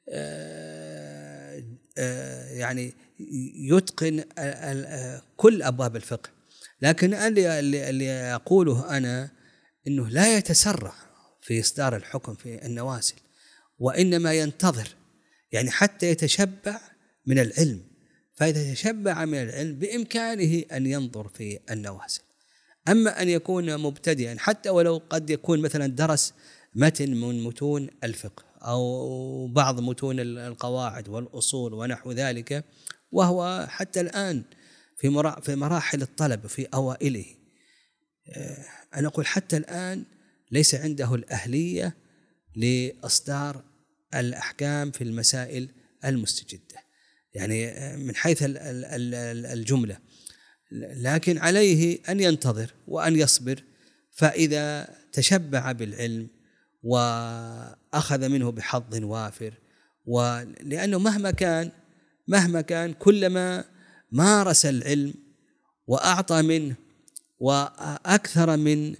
يعني يتقن كل أبواب الفقه. لكن اللي, اللي أقوله أنا أنه لا يتسرع في إصدار الحكم في النوازل، وإنما ينتظر، يعني حتى يتشبع من العلم. فإذا تشبع من العلم بإمكانه أن ينظر في النوازل. أما أن يكون مبتدئا حتى ولو قد يكون مثلا درس متن من متون الفقه أو بعض متون القواعد والأصول ونحو ذلك، وهو حتى الآن في مراحل الطلب في أوائله، أنا أقول حتى الآن ليس عنده الأهلية لإصدار الأحكام في المسائل المستجدة، يعني من حيث الجملة. لكن عليه أن ينتظر وأن يصبر، فإذا تشبع بالعلم وأخذ منه بحظ وافر، ولأنه مهما كان مهما كان كلما مارس العلم وأعطى منه وأكثر من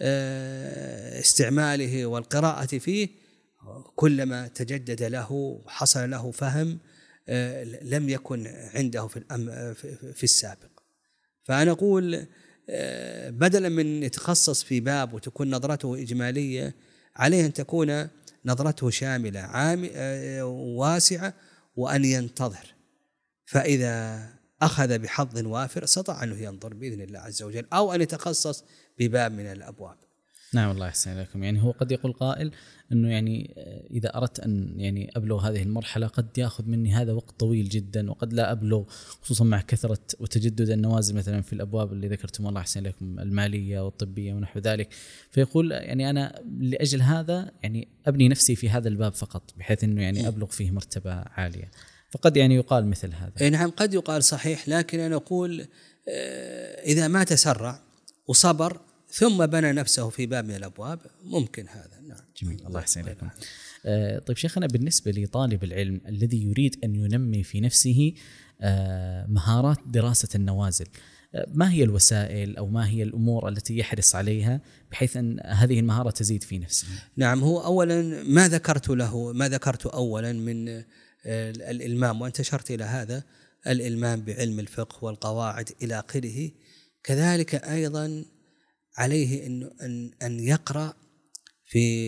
استعماله والقراءة فيه، كلما تجدد له وحصل له فهم لم يكن عنده في في السابق. فأنا أقول بدلا من يتخصص في باب وتكون نظرته إجمالية، عليه أن تكون نظرته شاملة واسعة، وأن ينتظر. فإذا أخذ بحظ وافر استطاع أنه ينظر بإذن الله عز وجل أو أن يتخصص بباب من الأبواب. نعم الله يحسن إليكم. يعني هو قد يقول قائل أنه يعني إذا أردت أن يعني أبلغ هذه المرحلة قد يأخذ مني هذا وقت طويل جدا وقد لا أبلغ، خصوصا مع كثرة وتجدد النوازل مثلا في الأبواب اللي ذكرتم الله يحسن إليكم المالية والطبية ونحو ذلك. فيقول يعني أنا لأجل هذا يعني أبني نفسي في هذا الباب فقط بحيث أنه يعني أبلغ فيه مرتبة عالية. فقد يعني يقال مثل هذا. نعم قد يقال صحيح، لكن أنا أقول إذا ما تسرع وصبر ثم بنى نفسه في باب من الأبواب ممكن هذا. نعم جميل الله يحسن إليكم. آه طيب شيخنا، بالنسبة لطالب العلم الذي يريد أن ينمي في نفسه آه مهارات دراسة النوازل، آه ما هي الوسائل أو ما هي الأمور التي يحرص عليها بحيث أن هذه المهارة تزيد في نفسه؟ نعم هو أولا ما ذكرت له ما ذكرت أولا من الإلمام، وأنت أشرت إلى هذا الإلمام بعلم الفقه والقواعد إلى آخره. كذلك أيضا عليه أن أن أن يقرأ في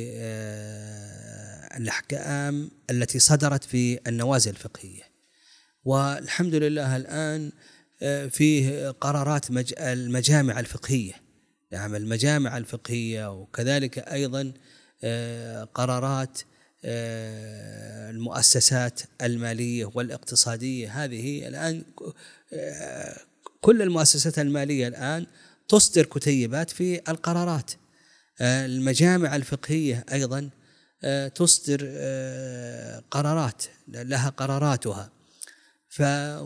الأحكام التي صدرت في النوازل الفقهية، والحمد لله الآن فيه قرارات المجامع الفقهية. نعم المجامع الفقهية، وكذلك أيضا قرارات المؤسسات المالية والاقتصادية. هذه الآن كل المؤسسات المالية الآن تصدر كتيبات في القرارات. المجامع الفقهية أيضا تصدر قرارات لها قراراتها. ف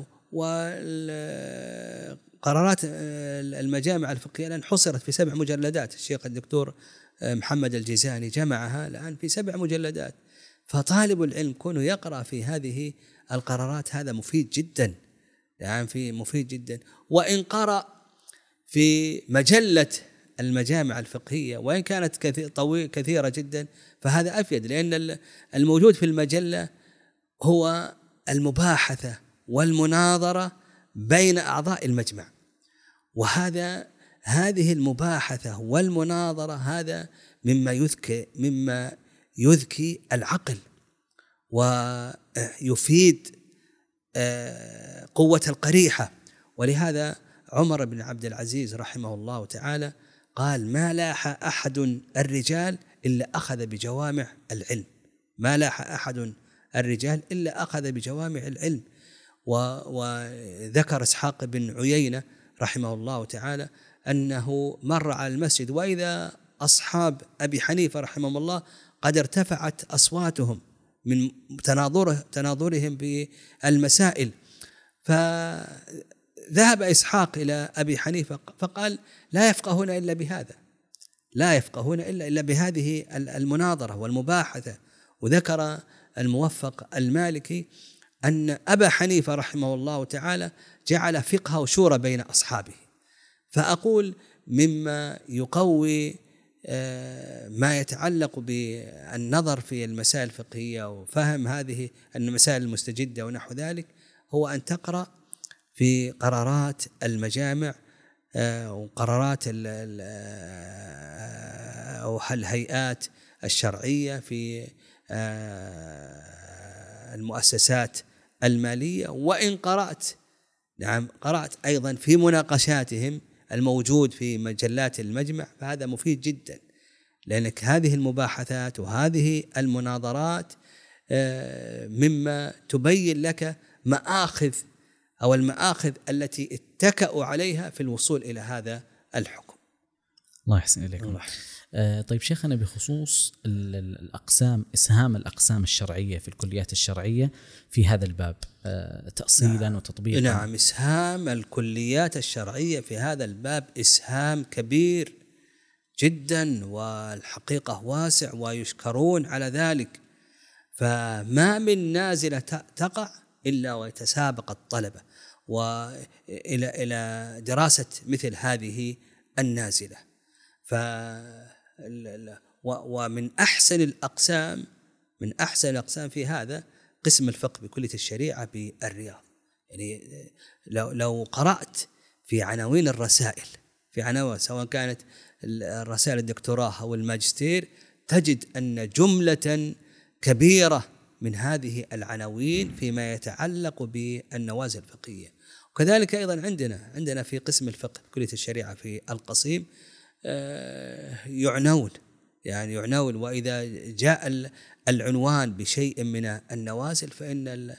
وقرارات المجامع الفقهية الآن حصرت في سبع مجلدات. الشيخ الدكتور محمد الجيزاني جمعها الآن في سبع مجلدات. فطالب العلم كونه يقرأ في هذه القرارات هذا مفيد جدا، يعني في مفيد جدا. وإن قرأ في مجلة المجامع الفقهية وإن كانت كثيرة جدا فهذا أفيد، لأن الموجود في المجلة هو المباحثة والمناظرة بين أعضاء المجمع، وهذا هذه المباحثة والمناظرة هذا مما يذكي مما يذكي العقل ويفيد قوة القريحة. ولهذا عمر بن عبد العزيز رحمه الله تعالى قال: ما لاح أحد الرجال إلا أخذ بجوامع العلم. ما لاح أحد الرجال إلا أخذ بجوامع العلم. وذكر إسحاق بن عيينة رحمه الله تعالى أنه مر على المسجد وإذا أصحاب أبي حنيفة رحمه الله قد ارتفعت أصواتهم من تناظره تناظرهم بالمسائل. فذهب إسحاق إلى أبي حنيفة فقال: لا يفقهون إلا بهذا، لا يفقهون إلا إلا بهذه المناظرة والمباحثة. وذكر الموفق المالكي أن أبا حنيفة رحمه الله تعالى جعل فقه وشورى بين أصحابه. فأقول مما يقوي ما يتعلق بالنظر في المسائل الفقهية وفهم هذه المسائل المستجدة ونحو ذلك هو أن تقرأ في قرارات المجامع وقرارات أو الهيئات الشرعية في المؤسسات المالية. وإن قرأت نعم قرأت أيضا في مناقشاتهم الموجود في مجلات المجمع فهذا مفيد جدا، لأنك هذه المباحثات وهذه المناظرات مما تبين لك مآخذ أو المآخذ التي اتكأوا عليها في الوصول إلى هذا الحكم. الله يحسن إليكم. آه طيب شيخنا، بخصوص الأقسام إسهام الأقسام الشرعية في الكليات الشرعية في هذا الباب آه تأصيلا نعم. وتطبيقا. نعم إسهام الكليات الشرعية في هذا الباب إسهام كبير جدا، والحقيقة واسع ويشكرون على ذلك. فما من نازلة تقع إلا ويتسابق الطلبة وإلى إلى دراسة مثل هذه النازلة. ف ومن أحسن الأقسام من أحسن الأقسام في هذا قسم الفقه بكلية الشريعة بالرياض. يعني لو لو قرأت في عناوين الرسائل في عناوين سواء كانت الرسائل الدكتوراه أو الماجستير تجد أن جملة كبيرة من هذه العناوين فيما يتعلق بالنوازل الفقهية. وكذلك أيضا عندنا عندنا في قسم الفقه كلية الشريعة في القصيم يعنون يعني يعنون وإذا جاء العنوان بشيء من النوازل فإن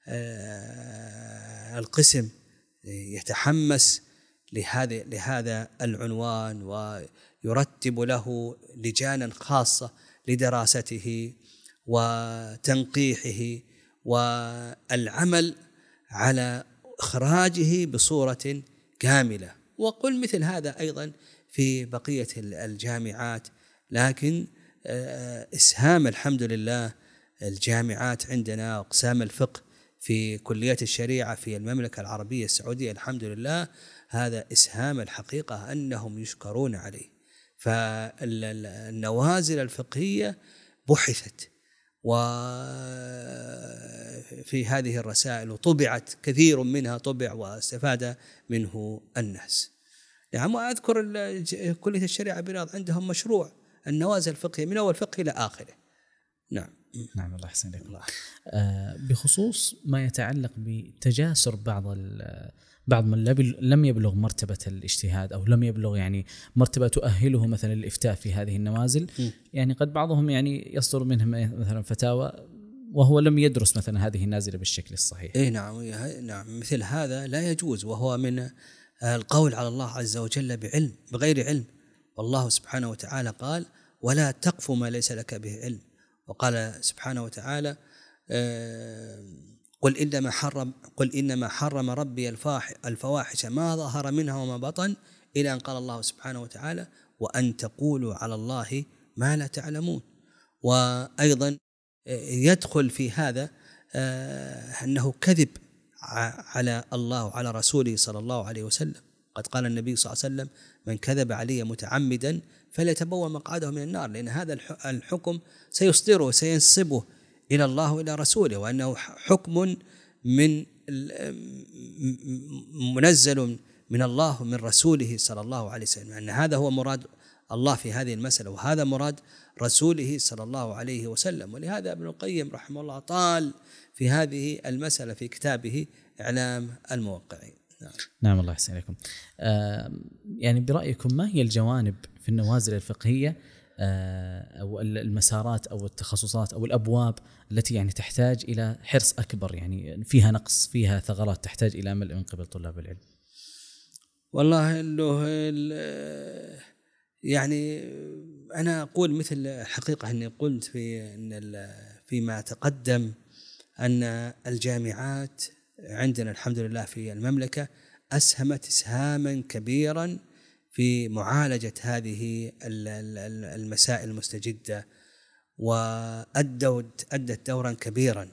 القسم يتحمس لهذا لهذا العنوان ويرتب له لجانا خاصة لدراسته وتنقيحه والعمل على إخراجه بصورة كاملة. وقل مثل هذا أيضا في بقية الجامعات، لكن إسهام الحمد لله الجامعات عندنا أقسام الفقه في كليات الشريعة في المملكة العربية السعودية الحمد لله هذا إسهام الحقيقة أنهم يشكرون عليه. فالنوازل الفقهية بحثت وفي هذه الرسائل وطبعت كثير منها طبع واستفاد منه الناس. نعم. وأذكر كلية الشريعة برياض عندهم مشروع النوازل الفقهية من أول فقه إلى آخره. نعم. نعم الله يحسن لك. آه بخصوص ما يتعلق بتجاسر بعض بعض من لم يبلغ مرتبة الاجتهاد أو لم يبلغ يعني مرتبة تؤهله مثلا الإفتاء في هذه النوازل، م. يعني قد بعضهم يعني يصدر منهم مثلا فتاوى وهو لم يدرس مثلا هذه النازلة بالشكل الصحيح. إيه نعم نعم مثل هذا لا يجوز، وهو من القول على الله عز وجل بعلم بغير علم، والله سبحانه وتعالى قال ولا تقف ما ليس لك به علم، وقال سبحانه وتعالى قل إنما حرم قل إنما حرم ربي الفواحش ما ظهر منها وما بطن، إلى أن قال الله سبحانه وتعالى وأن تقولوا على الله ما لا تعلمون. وأيضا يدخل في هذا أنه كذب على الله وعلى رسوله صلى الله عليه وسلم. قد قال النبي صلى الله عليه وسلم من كذب علي متعمدا فليتبوأ مقعده من النار، لأن هذا الحكم سيصدره سينسبه إلى الله وإلى رسوله، وأنه حكم من منزل من الله من رسوله صلى الله عليه وسلم، أن هذا هو مراد الله في هذه المسألة وهذا مراد رسوله صلى الله عليه وسلم. ولهذا ابن القيم رحمه الله طال في هذه المسألة في كتابه إعلام الموقعين. نعم, نعم الله يحسن لكم. آه يعني برأيكم ما هي الجوانب في النوازل الفقهية آه أو المسارات أو التخصصات أو الأبواب التي يعني تحتاج إلى حرص أكبر، يعني فيها نقص فيها ثغرات تحتاج إلى ملء من قبل طلاب العلم؟ والله إنه يعني أنا أقول مثل الحقيقة أني قلت في أن فيما تقدم أن الجامعات عندنا الحمد لله في المملكة أسهمت إسهاما كبيرا في معالجة هذه المسائل المستجدة وأدت أدت دورا كبيرا.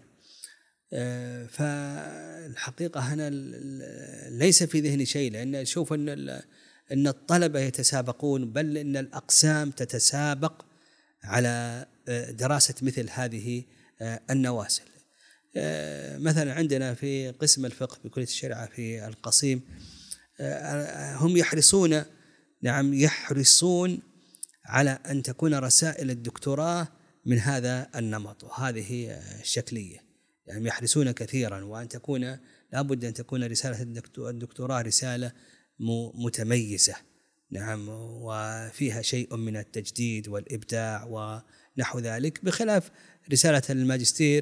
فالحقيقة هنا ليس في ذهني شيء، لأن أشوف أن أن الطلبة يتسابقون، بل أن الأقسام تتسابق على دراسة مثل هذه النوازل. مثلا عندنا في قسم الفقه بكلية الشريعة في القصيم هم يحرصون نعم يحرصون على أن تكون رسائل الدكتوراه من هذا النمط وهذه الشكلية، يعني يحرصون كثيرا وأن تكون لابد أن تكون رسالة الدكتوراه رسالة متميزة نعم وفيها شيء من التجديد والإبداع ونحو ذلك، بخلاف رسالة الماجستير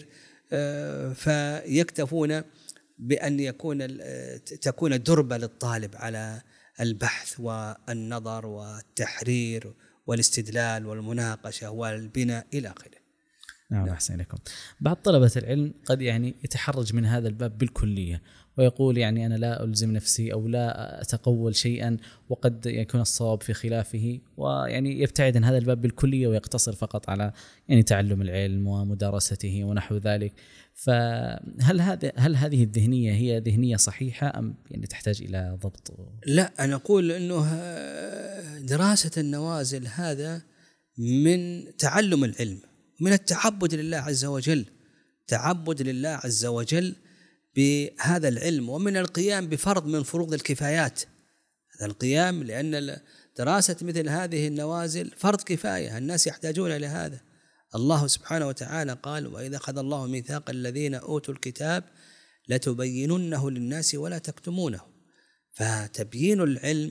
فيكتفون بأن يكون تكون دربة للطالب على البحث والنظر والتحرير والاستدلال والمناقشة والبناء إلى آخره. نعم أحسن لكم. بعض طلبة العلم قد يعني يتحرج من هذا الباب بالكلية ويقول يعني أنا لا ألزم نفسي أو لا أتقول شيئا، وقد يكون الصواب في خلافه، ويعني يبتعد عن هذا الباب بالكلية ويقتصر فقط على يعني تعلم العلم ومدارسته ونحو ذلك. فهل هذا هل هذه الذهنية هي ذهنية صحيحة أم يعني تحتاج إلى ضبط؟ لا، أنا أقول أنه دراسة النوازل هذا من تعلم العلم، من التعبد لله عز وجل، تعبد لله عز وجل بهذا العلم، ومن القيام بفرض من فروض الكفايات. هذا القيام لأن دراسة مثل هذه النوازل فرض كفاية، الناس يحتاجون إلى هذا. الله سبحانه وتعالى قال وإذا أخذ الله ميثاق الذين أوتوا الكتاب لتبيننه للناس ولا تكتمونه. فتبيين العلم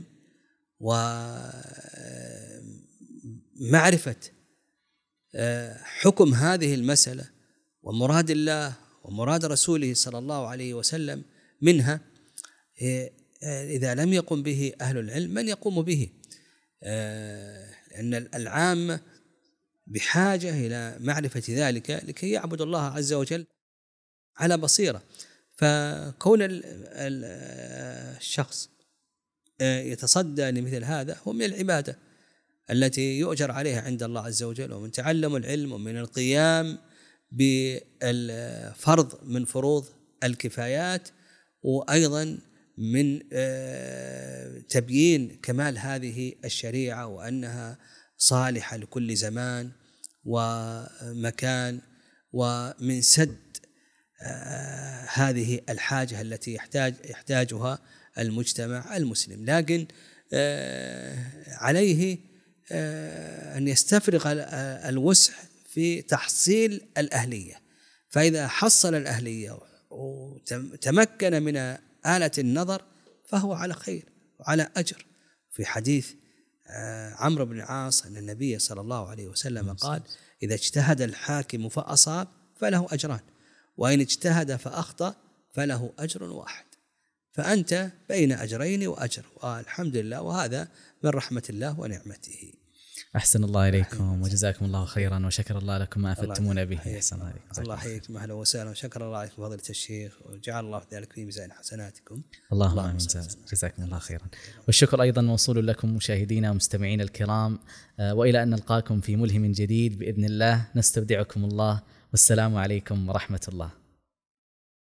ومعرفة حكم هذه المسألة ومراد الله ومراد رسوله صلى الله عليه وسلم منها، إذا لم يقم به أهل العلم من يقوم به؟ لأن العامة بحاجة إلى معرفة ذلك لكي يعبد الله عز وجل على بصيرة. فكون الشخص يتصدى لمثل هذا هو من العبادة التي يؤجر عليها عند الله عز وجل، ومن تعلم العلم ومن القيام بالفرض من فروض الكفايات، وأيضا من تبيين كمال هذه الشريعة وأنها صالحة لكل زمان ومكان، ومن سد هذه الحاجة التي يحتاج يحتاجها المجتمع المسلم. لكن عليه أن يستفرغ الوسع في تحصيل الأهلية، فإذا حصل الأهلية وتمكن من آلة النظر فهو على خير وعلى أجر. في حديث عمرو بن العاص أن النبي صلى الله عليه وسلم قال: إذا اجتهد الحاكم فأصاب فله أجران، وإن اجتهد فأخطأ فله أجر واحد. فأنت بين أجرين وأجر، والحمد لله، وهذا من رحمة الله ونعمته. أحسن الله إليكم وجزاكم الله خيرا، وشكر الله لكم ما أفدتمونا به. أحسن الله عليكم. الله يحييكم، أهلا وسهلا، وشكر الله عليكم فضيلة الشيخ، وجعل الله ذلك في ميزان حسناتكم. اللهم آمين. جزاكم الله خيرا. والشكر أيضا موصول لكم مشاهدينا ومستمعينا الكرام، وإلى أن نلقاكم في ملهم جديد بإذن الله. نستودعكم الله، والسلام عليكم ورحمة الله.